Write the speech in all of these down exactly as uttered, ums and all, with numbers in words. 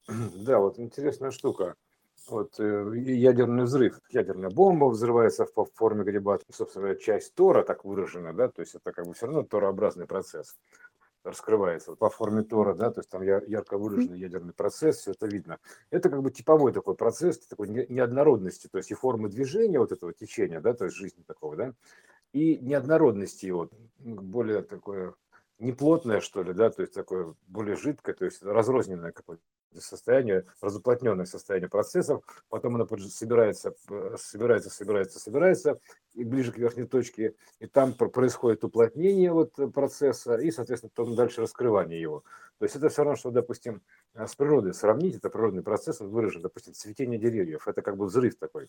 Да, вот интересная штука. Вот э, и ядерный взрыв, ядерная бомба взрывается в по- в форме гриба, собственно говоря, часть тора так выражена, да, то есть это как бы все равно торообразный процесс раскрывается вот по форме тора, да, то есть там я- ярко Мгм. выраженный ядерный процесс, все это видно. Это как бы типовой такой процесс, такой не- неоднородности, то есть и формы движения вот этого течения, да, то есть жизни такого, да, и неоднородности его, м, более такое неплотное, что ли, да, то есть такое более жидкое, то есть разрозненное какое-то состояние, разуплотненное состояние процессов, потом оно подж- собирается, п- собирается, собирается, собирается, и ближе к верхней точке, и там пр- происходит уплотнение вот э, процесса, и, соответственно, потом дальше раскрывание его. То есть это все равно, что, допустим, э, с природой сравнить, это природный процесс, он выражен, допустим, цветение деревьев, это как бы взрыв такой.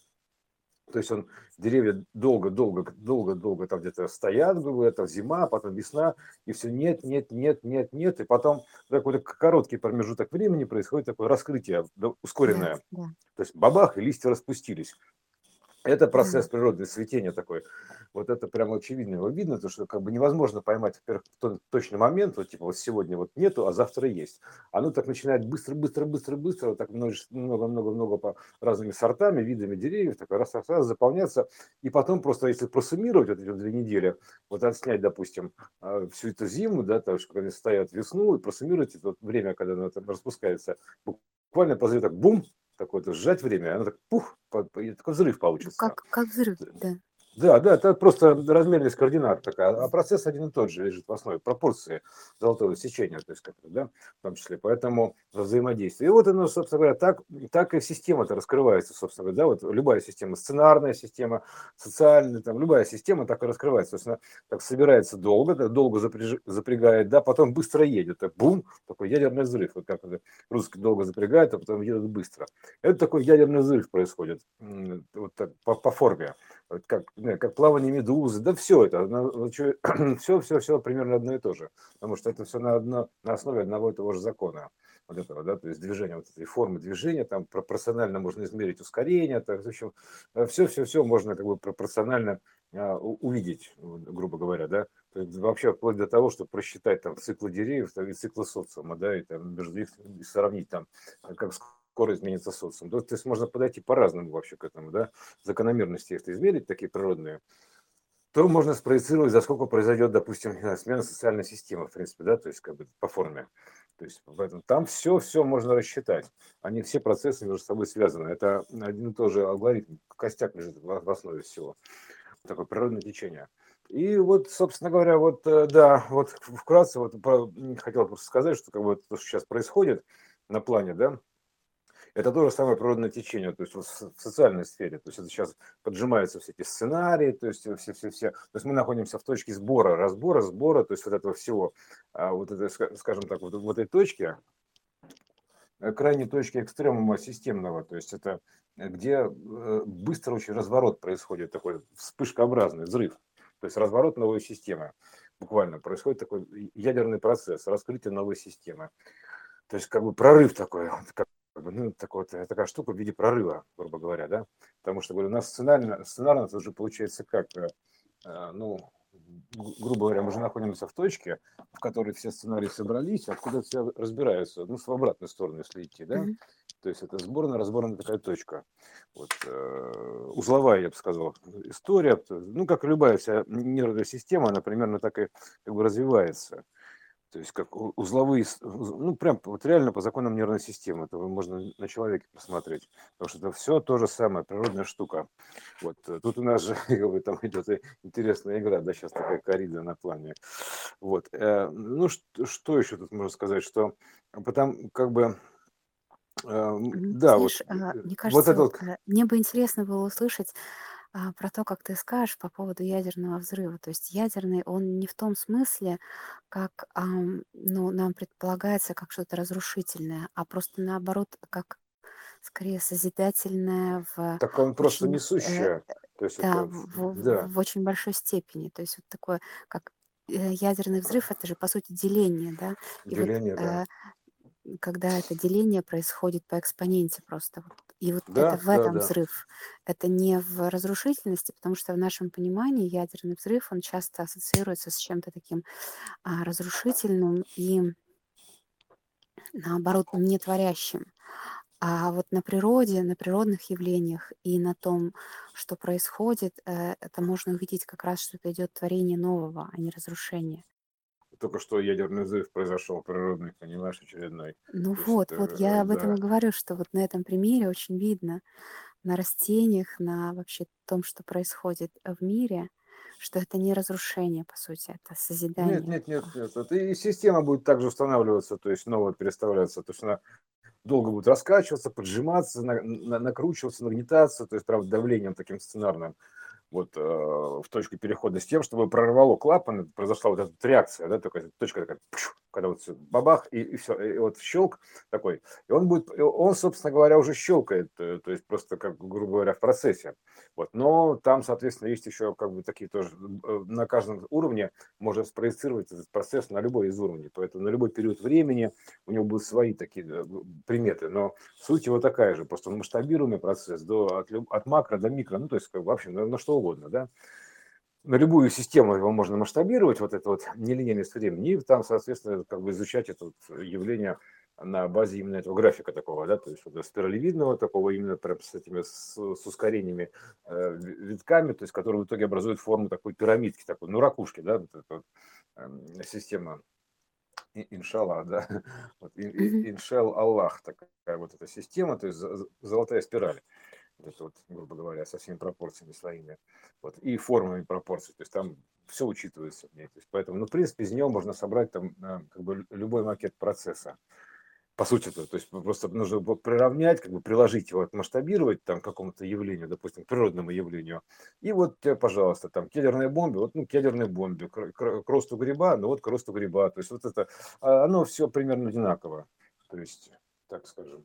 То есть он, деревья долго-долго, долго-долго там где-то стоят, грубо говоря, это зима, потом весна, и все нет, нет, нет, нет, нет, и потом в какой-то короткий промежуток времени происходит такое раскрытие да, Да, ускоренное. да, То есть бабах, и листья распустились. Это да. процесс природного цветения такой. Вот это прямо очевидно его видно, то что как бы невозможно поймать, во-первых, тот точный момент, вот типа вот сегодня вот нету, а завтра есть. Оно так начинает быстро, быстро, быстро, быстро, вот так много, много, много по разными сортами, видами деревьев, так раз, раз, раз заполняться. И потом просто, если просуммировать вот эти вот две недели, вот отснять, допустим, а, всю эту зиму, да, то, что когда они стоят весну, и просуммировать это вот время, когда оно там распускается, буквально позовет так бум, такое то сжать время, и оно так пух, по- по- и такой взрыв Ну, получится. как, как взрыв, да. Да, да, это просто размерность координат такая, а процесс один и тот же лежит в основе, пропорции золотого сечения, то есть, как бы, да, в том числе, поэтому взаимодействие. И вот оно, собственно говоря, так, так и система-то раскрывается, собственно говоря, да, вот любая система, сценарная система, социальная, там, любая система так и раскрывается, собственно, так собирается долго, да, долго запряж- запрягает, да, потом быстро едет, так бум, такой ядерный взрыв, вот как это русский долго запрягает, а потом едет быстро. Это такой ядерный взрыв происходит, м, вот так, по, по форме. Вот как, не, как плавание медузы, да все это, все, все, все примерно одно и то же, потому что это все на, одно, на основе одного и того же закона, вот этого, да, то есть движение, вот этой формы движения, там пропорционально можно измерить ускорение, так, в общем, все, все, все можно как бы пропорционально а, у- увидеть, вот, грубо говоря, да, то есть вообще вплоть до того, чтобы просчитать там циклы деревьев там, и циклы социума, да, и там между них и сравнить там, как скоро изменится социум. То есть можно подойти по-разному вообще к этому, да, закономерности, если измерить такие природные, то можно спроецировать, за сколько произойдет, допустим, смена социальной системы, в принципе, да, то есть как бы по форме. То есть в этом, там все, все можно рассчитать. Они все процессы между собой связаны. Это один и тот же алгоритм, костяк лежит в в основе всего. Такое природное течение. И вот, собственно говоря, вот, э, да, вот вкратце вот про- м, хотел просто сказать, что как бы то, что сейчас происходит на плане, да, это то же самое природное течение, то есть вот в социальной сфере. То есть это сейчас поджимаются все эти сценарии, то есть все-все-все. То есть мы находимся в точке сбора, разбора, сбора, то есть вот этого всего, а, вот это, скажем так, вот в этой точке, э, крайней точке экстремума системного, то есть это э, где э, быстро очень разворот происходит, такой вспышкообразный взрыв, то есть разворот новой системы. Буквально происходит такой ядерный процесс, раскрытие новой системы. То есть как бы прорыв такой, вот как бы, ну, такой вот, э, такая штука в виде прорыва, грубо говоря, да. Потому что, говорю, у нас сценарно, сценарно это уже получается как, э, э, ну, гру- грубо говоря, мы уже находимся в точке, в которой все сценарии собрались, откуда все разбираются, ну, в обратную сторону, если идти, да. Мгм. То есть это сборная, разборная такая точка. Вот, э, узловая, я бы сказал, история. То- Ну, как и любая вся нервная система, она примерно так и как бы развивается. То есть как у- узловые, с- уз- ну прям вот реально по законам нервной системы, это можно на человеке посмотреть, потому что это все то же самое, природная штука. Вот э, тут у нас же как бы, там идет и интересная игра, да, сейчас такая коррида на плане. Вот, э, ну что, что еще тут можно сказать, что потом как бы, э, м, М, да, вот, Знаешь, а, э, мне вот кажется, это вот вот, э, мне бы интересно было услышать а, про то, как ты скажешь по поводу ядерного взрыва. То есть ядерный, он не в том смысле, как ам, ну, нам предполагается, как что-то разрушительное, а просто наоборот, как скорее созидательное в так он просто очень, э, несущая, то есть да, это, в, да, в- в очень большой степени. То есть вот такое, как э, ядерный взрыв, это же по сути деление, да. И вот деление, да, э, когда это деление происходит по экспоненте просто. Вот. И вот это да, в да, этом да. взрыв. Это не в разрушительности, потому что в нашем понимании ядерный взрыв, он часто ассоциируется с чем-то таким а, разрушительным и, наоборот, не творящим. А вот на природе, на природных явлениях и на том, что происходит, э, это можно увидеть как раз, что это идет творение нового, а не разрушение. Только что ядерный взрыв произошел природный, понимаешь, очередной. Ну То есть вот, это, вот э, я об этом и да. говорю, что вот на этом примере очень видно, на растениях, на вообще том, что происходит в мире, что это не разрушение, по сути, это Нет, созидание. нет, нет, А, нет. Это и система будет также устанавливаться, то есть новая переставляться. То есть она долго будет раскачиваться, поджиматься, на- на- накручиваться, нагнетаться, то есть, правда, давлением таким сценарным. Вот э, в точке перехода с тем, чтобы прорвало клапан, произошла вот эта вот реакция, да, такая точка такая, пшу, когда вот все бабах, и, и все, и вот щелк такой, и он будет, и он, собственно говоря, уже щелкает, э, то есть просто, как, грубо говоря, в процессе. Вот. Но там, соответственно, есть еще как бы такие тоже, э, на каждом уровне можно спроецировать этот процесс на любой из уровней, поэтому на любой период времени у него будут свои такие э, приметы, но суть его такая же, просто масштабируемый процесс до, от, люб- от макро до микро, ну, то есть, как бы, вообще, на, на что угодно, да. На любую систему его можно масштабировать, вот это вот нелинейность времени, и там, соответственно, как бы изучать это вот явление на базе именно этого графика такого, да, то есть вот спиралевидного такого, именно прям с этими, с, с ускорениями, э, витками, то есть, которые в итоге образуют форму такой пирамидки, такой, ну, ракушки, да, вот эта вот, эм, система и- иншаллах, да, вот, и- мгм, и- иншал Аллах, такая вот эта система, то есть за- за- золотая спираль, вот это вот, грубо говоря, со всеми пропорциями своими, вот, и формами пропорций, то есть там все учитывается в ней, то есть поэтому, ну, в принципе, из него можно собрать там э, как бы любой макет процесса, по сути, то, то есть просто нужно было приравнять, как бы приложить его, отмасштабировать там к какому-то явлению, допустим, к природному явлению. И вот тебе, пожалуйста, там к ядерной бомбе, вот ну, к ядерной бомбе, к, к- к росту гриба, ну вот к росту гриба. То есть вот это, а, оно все примерно одинаково. То есть, так скажем.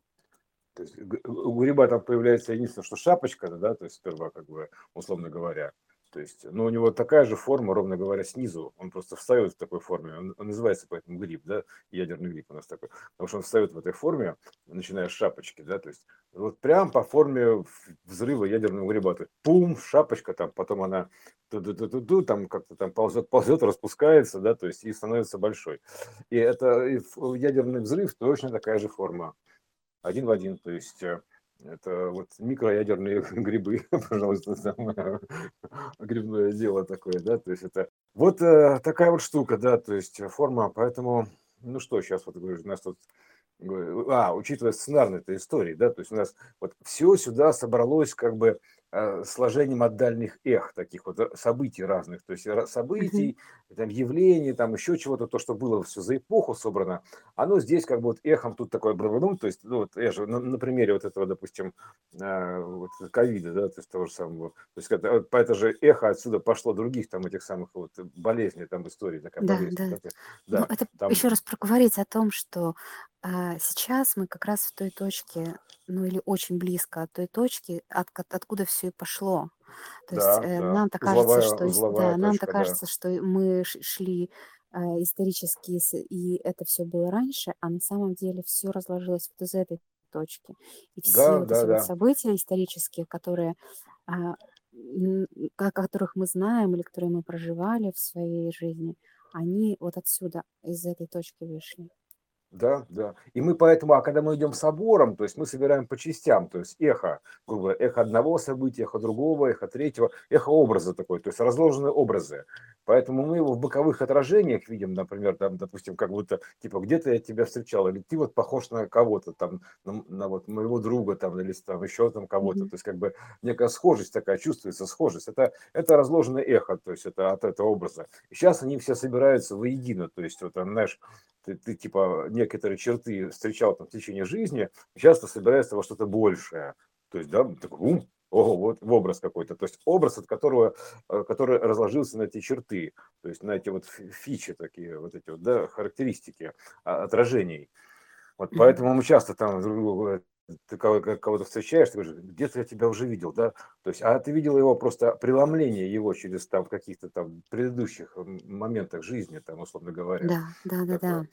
То есть г- у гриба там появляется единственное, что шапочка, да, то есть сперва, как бы, условно говоря. То есть, но у него такая же форма, ровно говоря, снизу. Он просто встает в такой форме. Он, он называется поэтому гриб, да, ядерный гриб у нас такой. Потому что он встает в этой форме, начиная с шапочки, да, то есть вот прям по форме в- взрыва ядерного гриба. То есть пум, шапочка там, потом она ту-ду-ду-ду-ду, там как-то там ползет, ползет, распускается, да, то есть и становится большой. И это и в- ядерный взрыв точно такая же форма. Один в один, то есть э, это вот микроядерные грибы, пожалуйста, самое грибное дело такое, да, то есть это вот э, такая вот штука, да, то есть форма, поэтому, ну что, сейчас вот говорю, у нас тут, говорю, а, учитывая сценарные этой истории, да, то есть у нас вот все сюда собралось как бы э, сложением от дальних эх, таких вот э, событий разных, то есть ра- мгм, событий, там, явлений, там еще чего-то, то, что было все за эпоху собрано, оно здесь как бы вот эхом тут такое бравадум, то есть, ну, вот я же на, на примере вот этого, допустим, а, вот ковида, да, то есть того же самого, то есть это, вот по это же эхо отсюда пошло других там этих самых вот болезней, там истории такая да, болезнь, да. да, то есть, Ну, да, это еще там, раз проговорить о том, что а, сейчас мы как раз в той точке, ну или очень близко от той точки, от, ко- откуда все и пошло. То есть да, э, да, нам-то кажется, узловая, что ис- узловая да, нам-то точка, да, кажется, что мы ш- шли а, исторически, с- и это все было раньше, а на самом деле все разложилось вот из этой точки. И все да, вот да, эти вот да. события исторические, которые, а, м, о которых мы знаем или которые мы проживали в своей жизни, они вот отсюда, из этой точки вышли. Да, да. И мы поэтому, а когда мы идем собором, то есть мы собираем по частям, то есть эхо, грубо говоря, эхо одного события, эхо другого, эхо третьего, эхо образа такой, то есть разложенные образы. Поэтому мы его в боковых отражениях видим, например, там, допустим, как будто, типа, где-то я тебя встречал, или ты вот похож на кого-то, там, на, на вот моего друга, там, или там еще там кого-то. Мгм. То есть, как бы, некая схожесть такая, чувствуется схожесть. Это, это разложенное эхо, то есть, это от этого образа. И сейчас они все собираются воедино, то есть, вот, там, знаешь, ты, ты типа некоторые черты встречал там в течение жизни, часто собирается во что-то большее. То есть, да, такой, ум, ого, вот в образ какой-то. То есть образ, от которого, э, который разложился на эти черты, то есть на эти вот фи- фичи такие, вот эти вот, да, характеристики а, отражений. Вот Мгм. поэтому мы часто там друг друга, ты кого- ка- кого-то встречаешь, ты говоришь, где-то я тебя уже видел, да, то есть, а ты видел его просто преломление его через там в каких-то там предыдущих м, моментах жизни, там, условно говоря, Да, да-да-да. такое.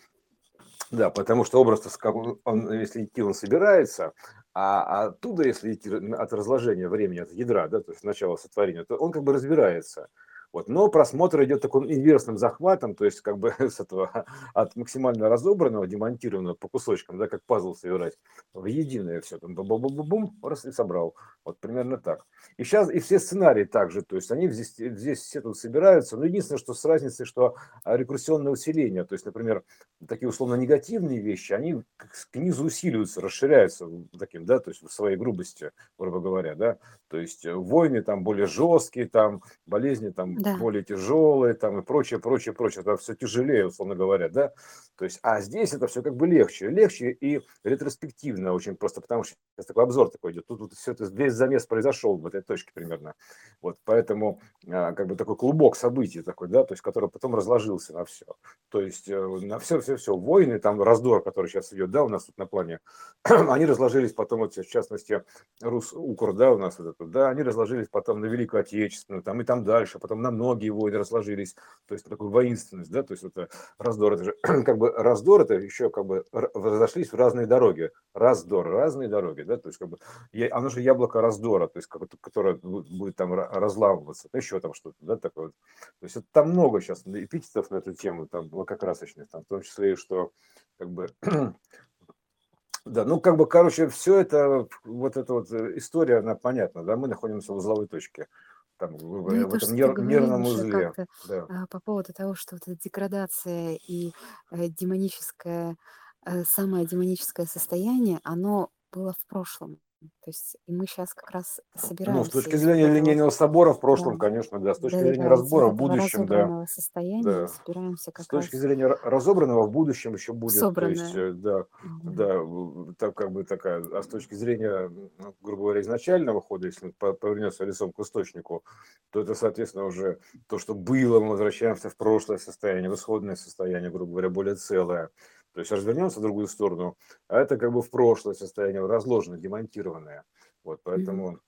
Да, потому что образ, как он, он, если идти, он собирается, а оттуда, если идти от разложения времени, от ядра, да, то есть начала сотворения, то он как бы разбирается. Вот. Но просмотр идет таким инверсным захватом, то есть как бы с этого от максимально разобранного, демонтированного по кусочкам, да, как пазл собирать, в единое все, там бум-бум-бум, раз и собрал. Вот примерно так. И сейчас и все сценарии также, то есть они здесь, здесь все тут собираются, но единственное, что с разницей, что а, рекурсионное усиление, то есть, например, такие условно негативные вещи, они к, к низу усиливаются, расширяются таким, да, то есть в своей грубости, грубо говоря, да, то есть э, войны там более жесткие, там болезни там Да. более тяжелые, там и прочее, прочее, прочее, это все тяжелее, условно говоря, да, то есть, а здесь это все как бы легче, легче и ретроспективно очень просто, потому что сейчас такой обзор такой идет, тут, тут все это, весь замес произошел в этой точке примерно, вот, поэтому а, как бы такой клубок событий такой, да, то есть, который потом разложился на все, то есть, э, на все, все, все, войны, там раздор, который сейчас идет, да, у нас тут на плане, они разложились потом, вот, в частности, Рус-Укр, да, у нас вот это, да, они разложились потом на Великую Отечественную, там и там дальше, потом на многие войны разложились, то есть такую воинственность, да, то есть это раздор, это же как бы раздор, это еще как бы р- разошлись в разные дороги, раздор, разные дороги, да, то есть как бы я- оно же яблоко раздора, то есть как бы, которое будет будет там ра- разламываться, ну, еще там что-то, да, такое вот. То есть это, там много сейчас эпитетов на эту тему, там лакокрасочных, там, в том числе и что как бы да, ну как бы, короче, все это, вот эта вот э, история, она понятна, да, мы находимся в узловой точке, там, грубо Ну и говоря, в то, этом что ты нер- говорил нервном уже узле, как-то да. а, по поводу того, что вот эта деградация и э, демоническое, э, самое демоническое состояние, оно было в прошлом. То есть и мы сейчас как раз Ну, с собираемся точки из вот зрения этого, линейного собора в да, прошлом, конечно, да, с точки зрения да-да-да, из вот разбора в этого будущем, да, разобранного состояния да. собираемся С как точки раз зрения ра- разобранного в будущем еще в будет, то есть, собранное. э, да, Мгм. да, в- так как бы такая, а с точки зрения, ну, грубо говоря, изначального хода, если по- повернется лицом к источнику, то это, соответственно, уже то, что было, мы возвращаемся в прошлое состояние, в исходное состояние, грубо говоря, более целое. То есть развернемся в другую сторону, а это как бы в прошлое состояние, разложенное, демонтированное. Вот, Мгм. поэтому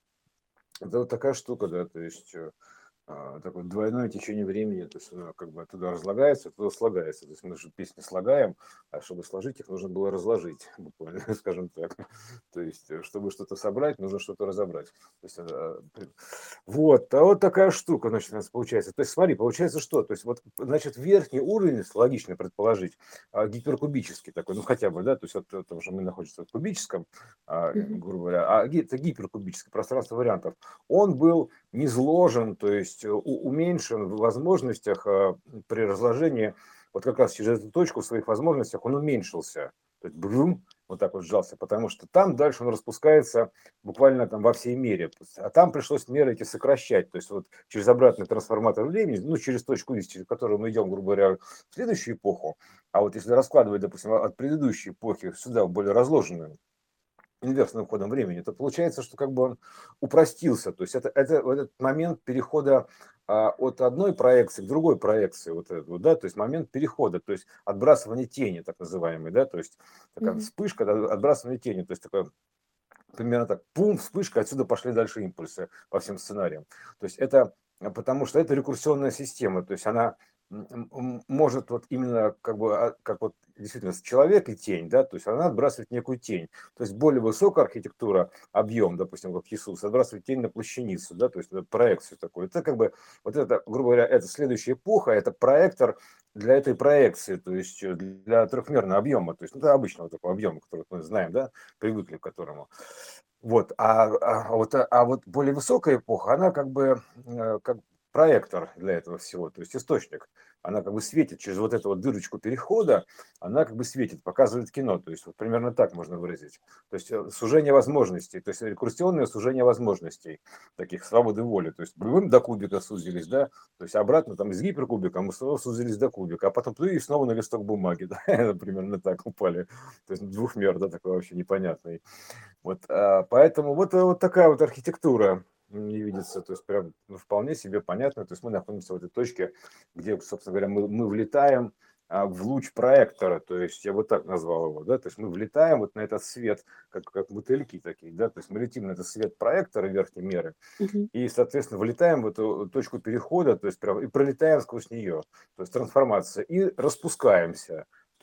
это вот такая штука, да, то есть э, а, такое двойное течение времени, то есть оно как бы оттуда разлагается, оттуда слагается. То есть мы же песни слагаем, а чтобы сложить их, нужно было разложить, буквально, скажем так. То есть, э, чтобы что-то собрать, нужно что-то разобрать. То есть, э, при- вот, а вот такая штука, значит, у нас получается. То есть, смотри, получается что? То есть, вот, значит, верхний уровень, если логично предположить, а, гиперкубический такой, ну, хотя бы, да, то есть, вот, потому что мы находимся в кубическом, а, Мгм. грубо говоря, а ги- это гиперкубическое пространство вариантов. Он был низложен, то есть э, у- уменьшен в возможностях а, при разложении, вот как раз через эту точку в своих возможностях он уменьшился. То есть бrum, вот так вот сжался, потому что там дальше он распускается буквально там во всей мере. А там пришлось меры эти сокращать. То есть вот через обратный трансформатор времени, ну, через точку X, через которую мы идем, грубо говоря, в следующую эпоху, а вот если раскладывать, допустим, от предыдущей эпохи сюда, в более разложенную, инверсным ходом времени, то получается, что как бы он упростился. То есть это, это вот этот момент перехода а, от одной проекции к другой проекции, вот это, вот, да, то есть момент перехода, то есть отбрасывание тени, так называемый, да, то есть такая Мгм. вспышка, да, отбрасывание тени, то есть такое примерно так, пум, вспышка, отсюда пошли дальше импульсы по всем сценариям. То есть это э, потому что это рекурсионная система, то есть она м, м, может вот именно как бы, а, как вот действительно человек и тень, да, то есть она отбрасывает некую тень. То есть более высокая архитектура, объем, допустим, как Иисус, отбрасывает тень на плащаницу, да, то есть это проекцию такую. Это как бы, вот это, грубо говоря, это следующая эпоха, это проектор для этой проекции, то есть э, для трехмерного объема, то есть ну, это обычного такого объема, который мы знаем, да, привыкли к которому. Вот, а, а, вот, а а вот более высокая эпоха, она как бы э, как проектор для этого всего, то есть источник. Она как бы светит через вот эту вот дырочку перехода, она как бы светит, показывает кино. То есть вот примерно так можно выразить. То есть э, сужение возможностей, то есть рекурсионное сужение возможностей, таких свободы воли. То есть мы до кубика сузились, да, то есть обратно там из гиперкубика мы снова сузились до кубика, а потом и снова на листок бумаги, да, примерно так упали. То есть двухмер, да, такой вообще непонятный. Вот, а, поэтому вот, э, вот такая вот архитектура мне видится, то есть прям ну, вполне себе понятно. То есть мы находимся в этой точке, где, собственно говоря, мы, мы влетаем а, в луч проектора, то есть я вот так назвал его, да, то есть мы влетаем вот на этот свет, как, как мотыльки такие, да, то есть мы летим на этот свет проектора верхней меры, Мгм. и, соответственно, влетаем в эту точку перехода, то есть прям и пролетаем сквозь нее, то есть трансформация, и распускаемся, то есть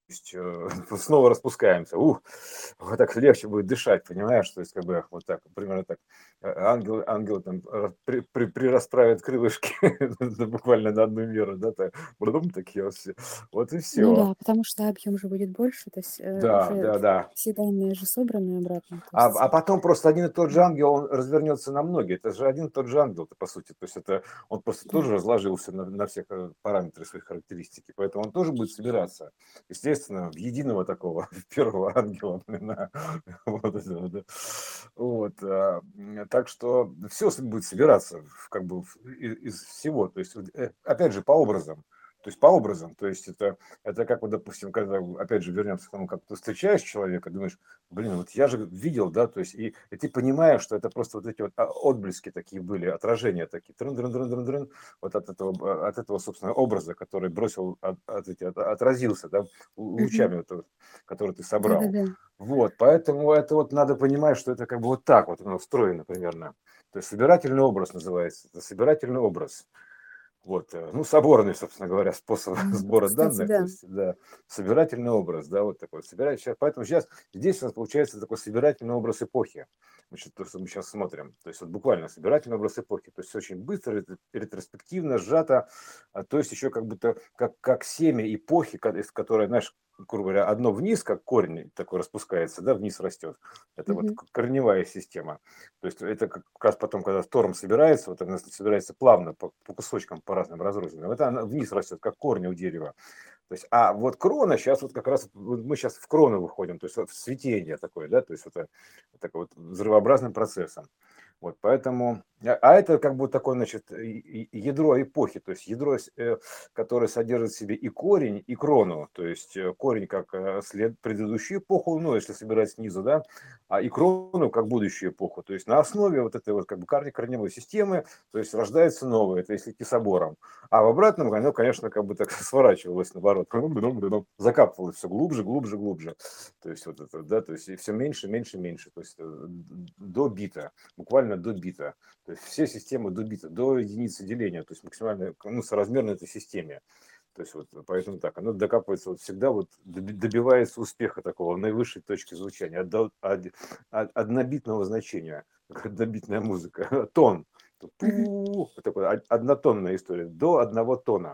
есть э, снова распускаемся. Ух, вот так легче будет дышать, понимаешь? То есть как бы вот так, примерно так. Э, Ангел, ангел там ра- при, при, прирасправит крылышки да, буквально на одну меру, да, так, брудум, такие вот все. Вот и Ну все. да, потому что объем же будет больше, то есть, э, Да, уже да, да. все данные же собраны обратно, то А, есть, а потом просто один и тот же м, ангел, он развернется на многие. Это же один и тот же ангел, по сути. То есть это он просто да. тоже разложился на, на все э, параметры своих характеристики. Поэтому он тоже будет собираться, естественно, в единого такого, в первого ангела. на- Вот, это вот, да. Вот, а, м, так что все будет собираться в- как бы в- из, из всего. То есть, вот, э, опять же, по образам. То есть по образам. То есть это, это как вот, допустим, когда, опять же, вернемся к тому, как ты встречаешь человека, думаешь, блин, вот я же видел, да, то есть, и, и ты понимаешь, что это просто вот эти вот а, отблески такие были, отражения такие, трын -дрын -дрын -дрын -дрын, вот от этого, от этого, собственно, образа, который бросил, от, от эти, от- отразился, да, Мгм. лучами, вот, э, который ты собрал. Да-да-да. Вот, поэтому это вот надо понимать, что это как бы вот так вот оно устроено примерно. То есть собирательный образ называется, это собирательный образ. Вот, э, ну, соборный, собственно говоря, способ Ну, сбора кстати, данных, то да. есть, да, собирательный образ, да, вот такой, собирать сейчас, поэтому сейчас, здесь у нас получается такой собирательный образ эпохи, значит, то, что мы сейчас смотрим, то есть, вот буквально собирательный образ эпохи, то есть, очень быстро, ретро- ретроспективно, сжато, а, то есть, еще как будто, как, как семя эпохи, ко- из которой, знаешь, грубо говоря, одно вниз, как корень такой распускается, да, вниз растет, это вот Мгм. к- корневая система, то есть это как раз потом, когда торм собирается, вот она собирается плавно по, по кусочкам, по разным разрозненным, это она вниз растет, как корни у дерева. То есть, а вот крона сейчас вот как раз, вот мы сейчас в крону выходим, то есть вот в цветение такое, да, то есть это такой вот взрывообразным процессом. Вот, поэтому, а а это как бы такое, значит, и- и- ядро эпохи, то есть ядро, с- э, которое содержит в себе и корень, и крону, то есть э, корень как э, след предыдущую эпоху, ну, если собирать снизу, да, а и крону как будущую эпоху, то есть на основе вот этой вот как бы корне- корневой системы, то есть рождается новое, это если идти собором. А в обратном, оно, конечно, как бы так сворачивалось наоборот, закапывалось все глубже, глубже, глубже. То есть вот это, да, то есть и все меньше, меньше, меньше, то есть э, до бита, буквально до бита. То есть все системы до бита, до единицы деления, то есть максимально, ну, соразмерно этой системе. То есть вот поэтому так, оно докапывается вот всегда вот доби- добивается успеха такого наивысшей точки звучания, одно- од- од- однобитного значения, как однобитная музыка, тон, Мгм. пу, вот такой од- однотонная история, до одного тона,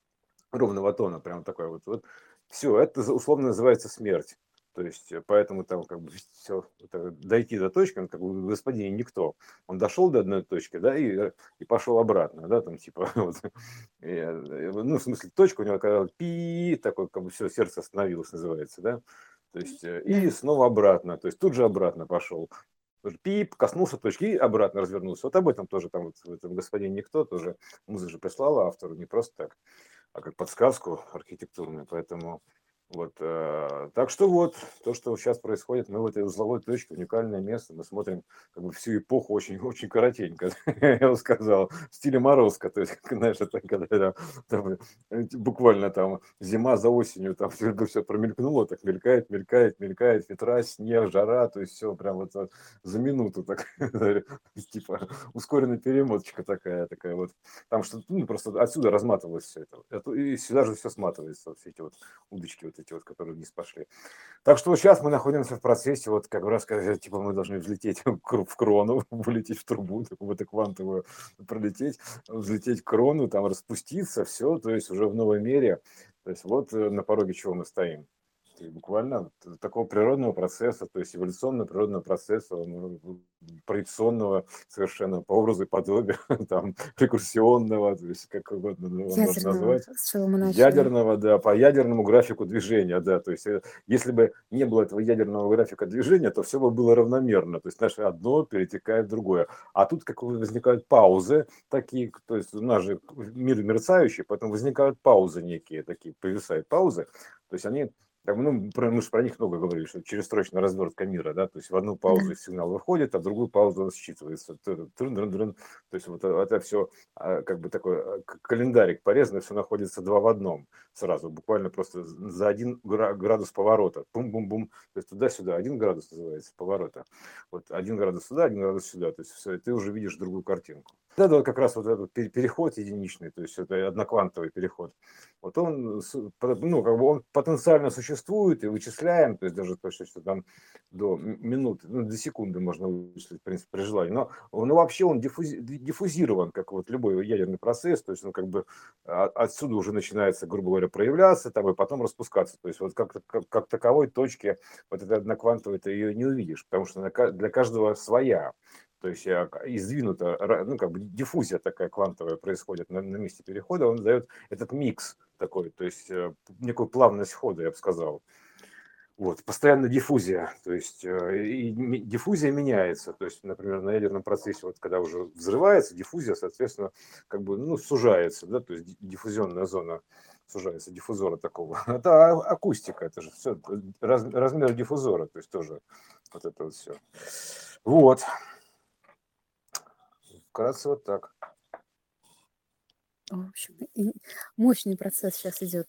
ровного тона, прям такой вот. Вот. Все, это за- условно называется смерть. То есть, э, поэтому там как бы все, дойти до точки, он как бы господин никто. Он дошел до одной точки, да, и, э, и пошел обратно, да, там типа, вот, и, э, ну, в смысле, точка у него, когда вот пи, такой, как бы все, сердце остановилось, называется, да, то есть, э, и Да. снова обратно, то есть тут же обратно пошел. Тоже пип, коснулся точки и обратно развернулся. Вот об этом тоже там вот в этом господин никто тоже музыка же прислала автору не просто так, а как подсказку архитектурную. Поэтому вот, э, так что вот, то, что сейчас происходит, мы в этой узловой точке, уникальное место, мы смотрим как бы всю эпоху очень, очень коротенько, я бы сказал, в стиле Морозко, то есть, как, знаешь, это когда там, там, э, буквально там зима за осенью, там все промелькнуло, так мелькает, мелькает, мелькает, ветра, снег, жара, то есть все прям вот за, за минуту, так, типа ускоренная перемоточка такая, такая вот, там что, ну, просто отсюда разматывалось все это, Это- и сюда же все сматывается, вот все эти вот удочки вот эти вот, которые вниз пошли. Так что сейчас мы находимся в процессе, вот как раз, как, типа, мы должны взлететь в кро- в крону, вылететь в трубу, такую вот квантовую, пролететь, взлететь в крону, там распуститься, все, то есть уже в новой мере. То есть вот э, на пороге чего мы стоим. То есть буквально т- такого природного процесса, то есть эволюционного природного процесса, ну, проекционного совершенно по образу и подобию, там, рекурсионного, то есть как угодно его можно Ядерного, назвать. с чего мы начали. Ядерного, да, по ядерному графику движения, да, то есть э, если бы не было этого ядерного графика движения, то все бы было равномерно, то есть, знаешь, одно перетекает в другое. А тут как бы возникают паузы такие, то есть у нас же мир мерцающий, поэтому возникают паузы некие такие, повисают паузы, то есть они, как бы, ну, про, мы же про них много говорили, что черестрочная развертка мира, да, то есть в одну Да. паузу сигнал выходит, а в другую паузу он считывается. Трын-трын-трын. То есть вот это все а, как бы такой а, к- календарик порезанный, все находится два в одном сразу, буквально просто за один гра- градус поворота. Бум-бум-бум. То есть туда-сюда. Один градус называется поворота. Вот один градус сюда, один градус сюда. То есть все, ты уже видишь другую картинку. Вот это вот как раз вот этот пе- переход единичный, то есть это одноквантовый переход. Вот он, с- по- ну, как бы он потенциально существует существует, и вычисляем, то есть даже то, что что там до м- минуты, ну, до секунды можно вычислить, в принципе, при желании. Но, ну, вообще он диффузи- ди- диффузирован, как вот любой ядерный процесс, то есть он как бы а, отсюда уже начинается, грубо говоря, проявляться, там, и потом распускаться. То есть вот как, как, как таковой точки вот этой одноквантовой ты ее не увидишь, потому что она ка- для каждого своя. То есть а, к- и сдвинута, ра- ну, как бы диффузия такая квантовая происходит на, на месте перехода, он дает этот микс такой, то есть э, некую плавность хода, я бы сказал. Вот, постоянно диффузия, то есть э, и ми- диффузия меняется, то есть, например, на ядерном процессе, вот когда уже взрывается, диффузия, соответственно, как бы, ну, сужается, да, то есть ди- диффузионная зона сужается, диффузора такого. Это а- акустика, это же все, размер диффузора, то есть тоже вот это вот все. Вот, вкратце вот так. В общем, и мощный процесс сейчас идет.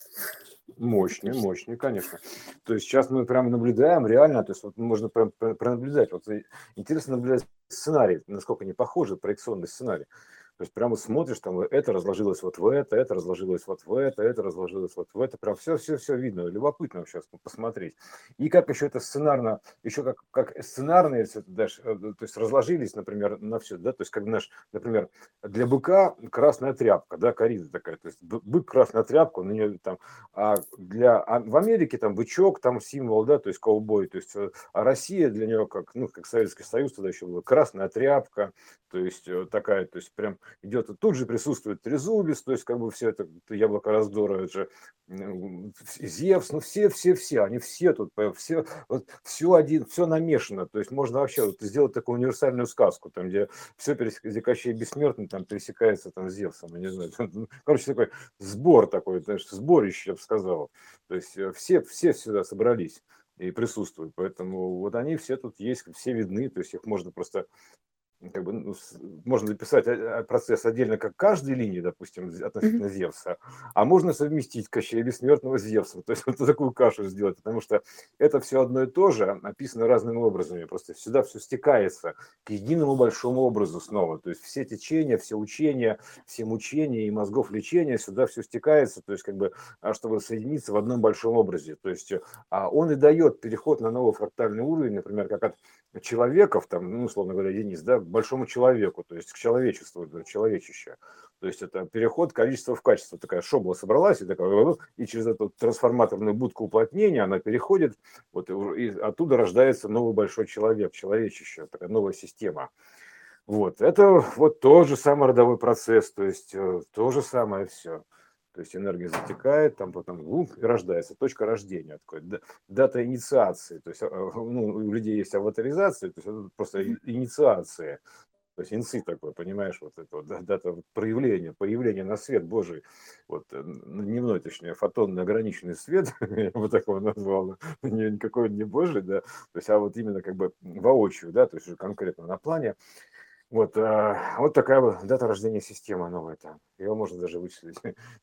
Это Мощный, точно. мощный, конечно. То есть сейчас мы прямо наблюдаем реально, то есть вот можно прям про- пронаблюдать. Вот и интересно наблюдать сценарий, насколько они похожи, проекционный сценарий. То есть прямо смотришь, там это разложилось вот в это, это разложилось вот в это, это разложилось вот в это. Прям все-все-все видно. Любопытно сейчас посмотреть. И как еще это сценарно, еще как, как сценарно, если ты дашь, э, то есть разложились, например, на все, да, то есть как наш, например, для быка красная тряпка, да, корида такая, то есть бы- бык красная тряпка, на нее там, а для, а в Америке там бычок, там символ, да, то есть ковбой, то есть, э, а Россия для нее как, ну, как Советский Союз тогда еще была красная тряпка, то есть э, такая, то есть прям идет, и тут же присутствует трезубец, то есть как бы все это, это яблоко раздора, это же м, Зевс, ну все, все, все, они все тут, э, все, вот все один, все намешано, то есть можно вообще вот сделать такую универсальную сказку, там, где все, где Кощей Бессмертный там пересекается там с Зевсом, я не знаю, ну, короче, такой сбор такой, знаешь, сборище, я бы сказал, то есть э, все, все сюда собрались и присутствуют, поэтому вот они все тут есть, все видны, то есть их можно просто как бы, ну, с- можно записать а- а, процесс отдельно, как каждой линии, допустим, з- Мгм. относительно Зевса, а можно совместить Кощея Бессмертного с Зевсом, то есть вот такую кашу сделать, потому что это все одно и то же, описано разными образами, просто сюда все стекается к единому большому образу снова, то есть все течения, все учения, все мучения и мозгов лечения, сюда все стекается, то есть как бы, а, чтобы соединиться в одном большом образе, то есть э, а он и дает переход на новый фрактальный уровень, например, как от человеков, там, ну, условно говоря, единиц, да, к большому человеку, то есть к человечеству, да, человечище. То есть это переход количества в качество. Такая шобла собралась, и, такая, и через эту трансформаторную будку уплотнения она переходит, вот, и, и оттуда рождается новый большой человек, человечище, такая новая система. Вот, это вот тот же самый родовой процесс, то есть э, то же самое все. То есть энергия затекает, там потом ух, и рождается, точка рождения, такой, д- дата инициации. То есть а, а, ну, у людей есть аватаризация, то есть это просто Мгм. и- инициация. То есть инси такой, понимаешь, вот это вот, да- дата вот проявления, появления на свет Божий, вот э, н- дневной, точнее, фотонный ограниченный свет, я бы такого назвал, не, никакой он не Божий, да, то есть, а вот именно как бы воочию, да, то есть уже конкретно на плане, вот, а, вот такая вот дата рождения системы новая там. Ее можно даже вычислить,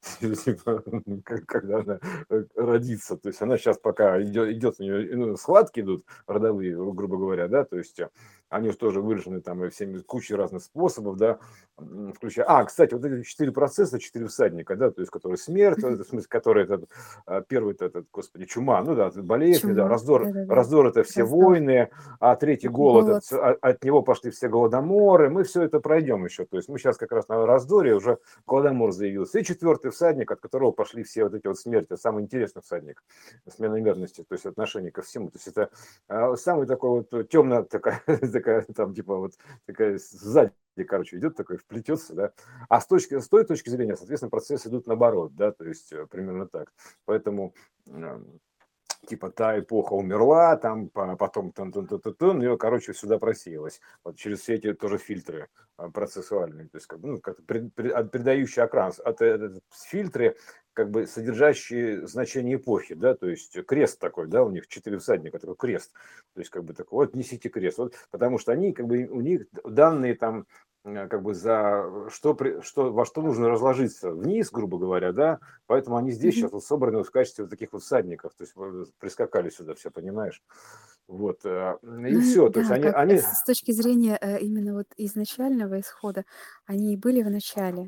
типа, как- когда она э, родится. То есть она сейчас пока идет, идет у нее, ну, схватки идут родовые, грубо говоря, да, то есть э, они же тоже выражены там и всеми кучей разных способов, да, м, включая... А, кстати, вот эти четыре процесса, четыре всадника, да, то есть которые смерть, Мгм. в смысле, который этот, а, первый этот, господи, чума, ну да, болезни, да, Чума. раздор, Да-да-да. раздор это все Раздор. войны, а третий голод, это Голод. всё- а- от него пошли все голодоморы, мы все это пройдем еще. То есть мы сейчас как раз на раздоре уже голодомор заявился. И четвертый всадник, от которого пошли все вот эти вот смерти, самый интересный всадник смены мерности, то есть отношение ко всему. То есть это а, самый такой вот темная такая, такая там типа вот такая сзади, короче, идет такой, вплетется, да. А с точки, с той точки зрения, соответственно, процессы идут наоборот, да, то есть э, примерно так. Поэтому э, типа та эпоха умерла, там по- потом тун тун тун тун ее, короче, сюда просеялась. Вот через все эти тоже фильтры а, процессуальные, то есть как, бы, ну, как пред- пред- от- передающий окрас, от, э, э, фильтры, как бы содержащие значение эпохи, да, то есть крест такой, да, у них четыре всадника, такой крест, то есть как бы такой, вот несите крест, вот, потому что они, как бы, у них данные там э, как бы за что, при- что, во что нужно разложиться вниз, грубо говоря, да, поэтому они здесь Мгм. сейчас вот собраны вот в качестве вот таких вот всадников, то есть э, прискакали сюда, все понимаешь. Вот, э, и Ну все, то есть да, они, как они, с с точки зрения, э, именно вот изначального исхода, они и были в начале.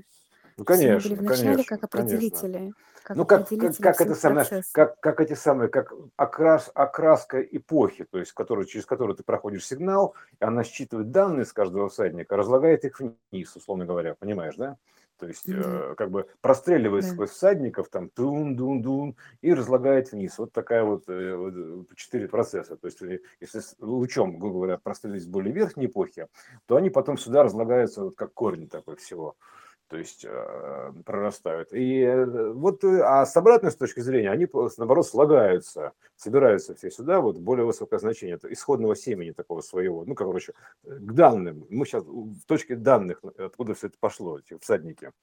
Ну, То есть они были конечно, вначале как конечно, конечно. определители, как Ну, как, как, определители как это всех самое, процессов. как, как эти самые, как окрас, окраска эпохи, то есть который, через которую ты проходишь сигнал, и она считывает данные с каждого всадника, разлагает их вниз, условно говоря, понимаешь, да? То есть, Да, э, как бы простреливает да. сквозь всадников, там, тун-дун-дун, и разлагает вниз. Вот такая вот, э, вот, э, четыре процесса. То есть, э, если с лучом, грубо говоря, прострелить с более верхней эпохи, то они потом сюда разлагаются, вот как корень такой всего. То есть э, прорастают. И э, вот, э, а с обратной с точки зрения, они просто, наоборот, слагаются, собираются все сюда, вот более высокое значение это исходного семени такого своего, ну, короче, э, к данным. Мы сейчас в точке данных, откуда все это пошло, эти всадники,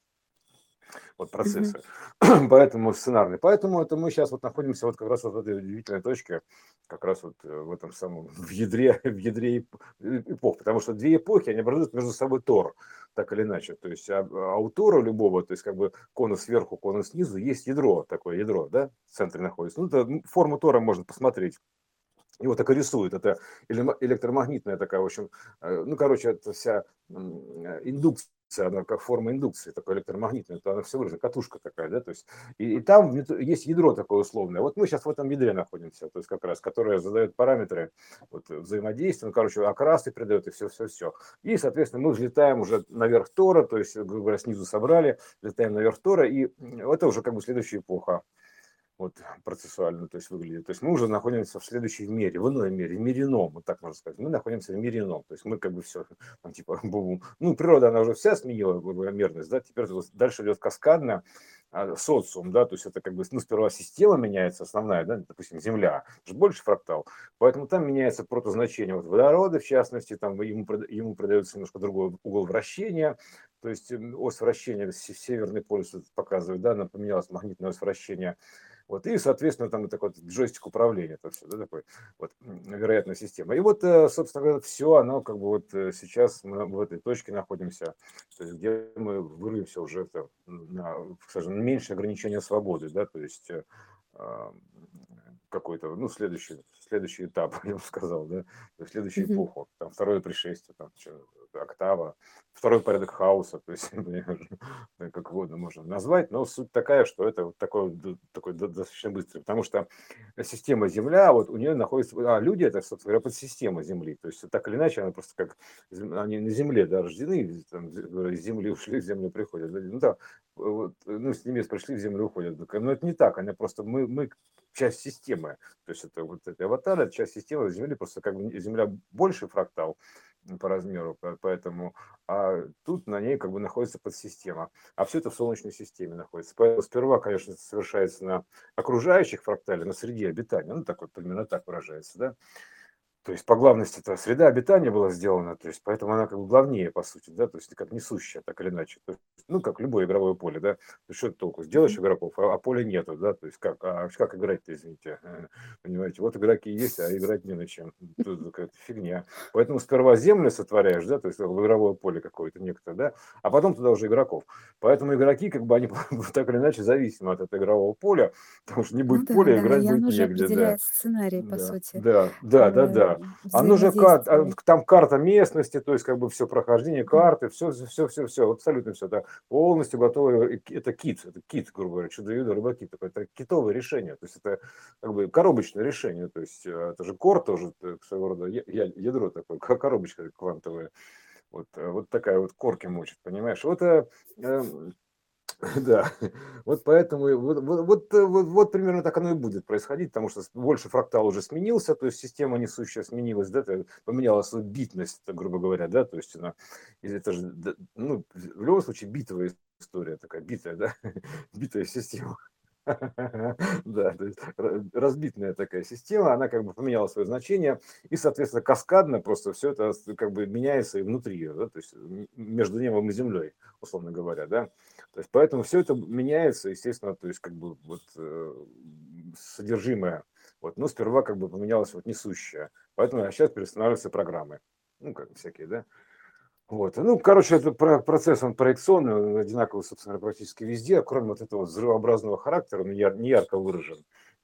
вот Мгм. процессы. Поэтому сценарный. Поэтому это мы сейчас вот находимся вот как раз вот в этой удивительной точке, как раз вот э, в этом самом, в ядре, в ядре эп- э, эпох. Потому что две эпохи, они образуют между собой тор, так или иначе. То есть а, а у тора любого, то есть как бы конус сверху, конус снизу, есть ядро, такое ядро, да, в центре находится. Ну, это, м, форму тора можно посмотреть. Его так и рисуют. Это элема- электромагнитная такая, в общем, э, ну, короче, это вся м, э, индукция, она как форма индукции, такая электромагнитная, то она все выражена, катушка такая, да, то есть, и, и там внутри есть ядро такое условное. Вот мы сейчас в этом ядре находимся, то есть как раз, которое задает параметры вот, взаимодействия, ну, короче, окрасы придает и все-все-все. И, соответственно, мы взлетаем уже наверх Тора, то есть, грубо говоря, снизу собрали, взлетаем наверх Тора, и м, это уже как бы следующая эпоха вот процессуально, то есть выглядит. То есть мы уже находимся в следующей мере, в иной мере, в мире ином, вот так можно сказать. Мы находимся в мире ином, то есть мы как бы все, там типа, бум, ну природа, она уже вся сменила, грубо говоря, мерность, да, теперь вот дальше идет каскадно, а, социум, да, то есть это как бы, ну, сперва система меняется, основная, да, допустим, Земля, это же больше фрактал, поэтому там меняется протозначение вот водорода, в частности, там ему, прид- ему придается немножко другой угол вращения, то есть м, ось вращения, се- северный полюс это показывает, да, она поменялась, магнитная ось вращения, вот, и, соответственно, там такой вот джойстик управления, это все, да, такой, вот, вероятная система. И вот, э, собственно говоря, все, оно как бы вот э, сейчас мы в этой точке находимся, то есть где мы вырвемся уже это, на, скажем, меньшее ограничение свободы, да, то есть э, а, какой-то, ну, следующий, следующий этап, я бы сказал, да, то есть следующую Мгм. эпоху, там, второе пришествие, там, чё, октава, второй порядок хаоса, то есть, ну, как угодно можно назвать, но суть такая, что это вот такой, д- такой д- достаточно быстрый, потому что система Земля, вот у нее находится, а люди это, собственно говоря, подсистема Земли, то есть так или иначе она просто как, зем- они на Земле, да, рождены, там, з- из Земли ушли, в Землю приходят, да, ну да, вот, ну, с небес пришли, в Землю уходят, но это не так, она просто, мы, мы часть системы, то есть это вот эти аватары, это часть системы Земли, просто как бы Земля больше фрактал по размеру, по- поэтому, а тут на ней как бы находится подсистема, а все это в Солнечной системе находится. Поэтому сперва, конечно, это совершается на окружающих фрактале, на среде обитания, ну так вот примерно так выражается, да, то есть по главности это среда обитания была сделана, то есть поэтому она как бы главнее, по сути, да, то есть как несущая, так или иначе. То есть, ну, как любое игровое поле, да. То есть что толку? Сделаешь Мгм. игроков, а, а поля нету, да, то есть как, а как играть-то, извините, э, понимаете, вот игроки есть, а играть не на чем. Тут какая-то фигня. Поэтому сперва землю сотворяешь, да, то есть как бы игровое поле какое-то некоторое, да, а потом туда уже игроков. Поэтому игроки, как бы, они так или иначе зависимы от этого игрового поля, потому что не Ну будет да, поля, да, играть и будет оно же негде, да. определяет сценарий, по Да, сути, да, да, да, э, да. Оно же кар- а, взаимодействия. там карта местности, то есть как бы все прохождение Мгм. карты, все, все, все, все, абсолютно все, это полностью готовое. И ки- Это кит, это кит, грубо говоря, чудо-юдо, рыбаки, такое, это китовое решение, то есть это как бы коробочное решение, то есть э, это же кор тоже э, своего рода я- я- ядро такое, ко- коробочка квантовая, вот, э, вот такая вот корки мочит, понимаешь? Вот э, эм, да, вот поэтому и вот, вот, вот, э, вот- вот примерно так оно и будет происходить, потому что с- больше фрактал уже сменился, то есть система несущая сменилась, да, то поменяла свою битность, так грубо говоря, да, то есть она, и это же, да, ну, в любом случае битовая история такая, битая, да, битая система. Да, то есть ра- разбитная такая система, она как бы поменяла свое значение, и, соответственно, каскадно просто все это с- как бы меняется и внутри ее, да, то есть м- между небом и землей, условно говоря, да. То есть поэтому все это меняется, естественно, то есть как бы вот э, содержимое. Вот, но сперва как бы поменялось вот несущее. Поэтому сейчас перестанавливаются программы. Ну, как всякие, да. Вот. Ну, короче, это про- процесс, он проекционный, он одинаковый, собственно, практически везде, кроме вот этого взрывообразного характера, он не яр- не ярко выражен.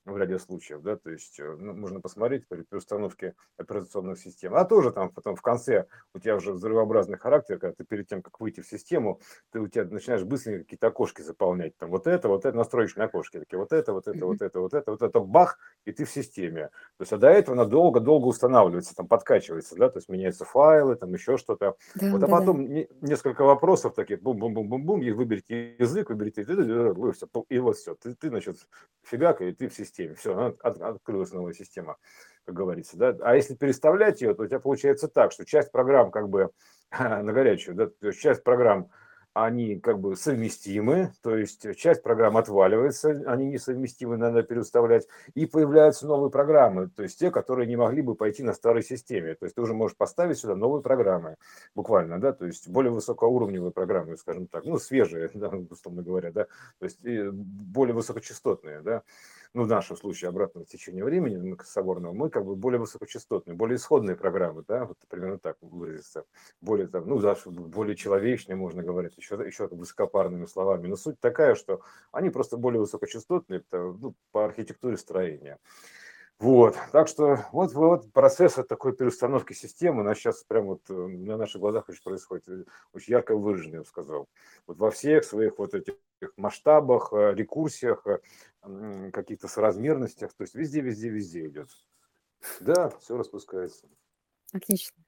в ряде случаев, да, то есть э, ну, можно посмотреть при переустановке операционных систем. А тоже там потом в конце у тебя уже взрывообразный характер, когда ты перед тем, как выйти в систему, ты у тебя начинаешь быстренько какие-то окошки заполнять. Там вот это, вот это, настроечные окошки, такие вот это, вот это, Мгм. вот это, вот это, вот это, бах, и ты в системе. То есть, а до этого она долго-долго устанавливается, там подкачивается, да, то есть меняются файлы, там еще что-то. Да, Вот, а да-да. потом не- несколько вопросов таких, бум-бум-бум-бум-бум, и выберите язык, выберите, и всё, и вот все, ты, ты, значит, фигак, и ты в системе. Все, от, от- открылась новая система, как говорится. Да? А если переставлять ее, то у тебя получается так, что часть программ как бы на горячую, да, то есть часть программ, они как бы совместимы, то есть часть программ отваливается, они несовместимы, надо переставлять, и появляются новые программы, то есть те, которые не могли бы пойти на старой системе. То есть ты уже можешь поставить сюда новые программы, буквально, да, то есть более высокоуровневые программы, скажем так, ну, свежие, да, условно говоря, да, то есть и более высокочастотные, да, ну, в нашем случае обратного течения времени, мы, Соборного, мы как бы более высокочастотные, более исходные программы, да, вот примерно так выразиться, более там, ну, даже более человечные, можно говорить, еще, еще высокопарными словами, но суть такая, что они просто более высокочастотные, это, ну, по архитектуре строения. Вот, так что вот, вот процесс от такой переустановки системы у нас сейчас прям вот э, на наших глазах очень происходит, э, очень ярко выраженный, я бы сказал. Вот во всех своих вот этих масштабах, э, рекурсиях, э, м, каких-то соразмерностях, то есть везде, везде, везде идет. Да, все распускается. Отлично.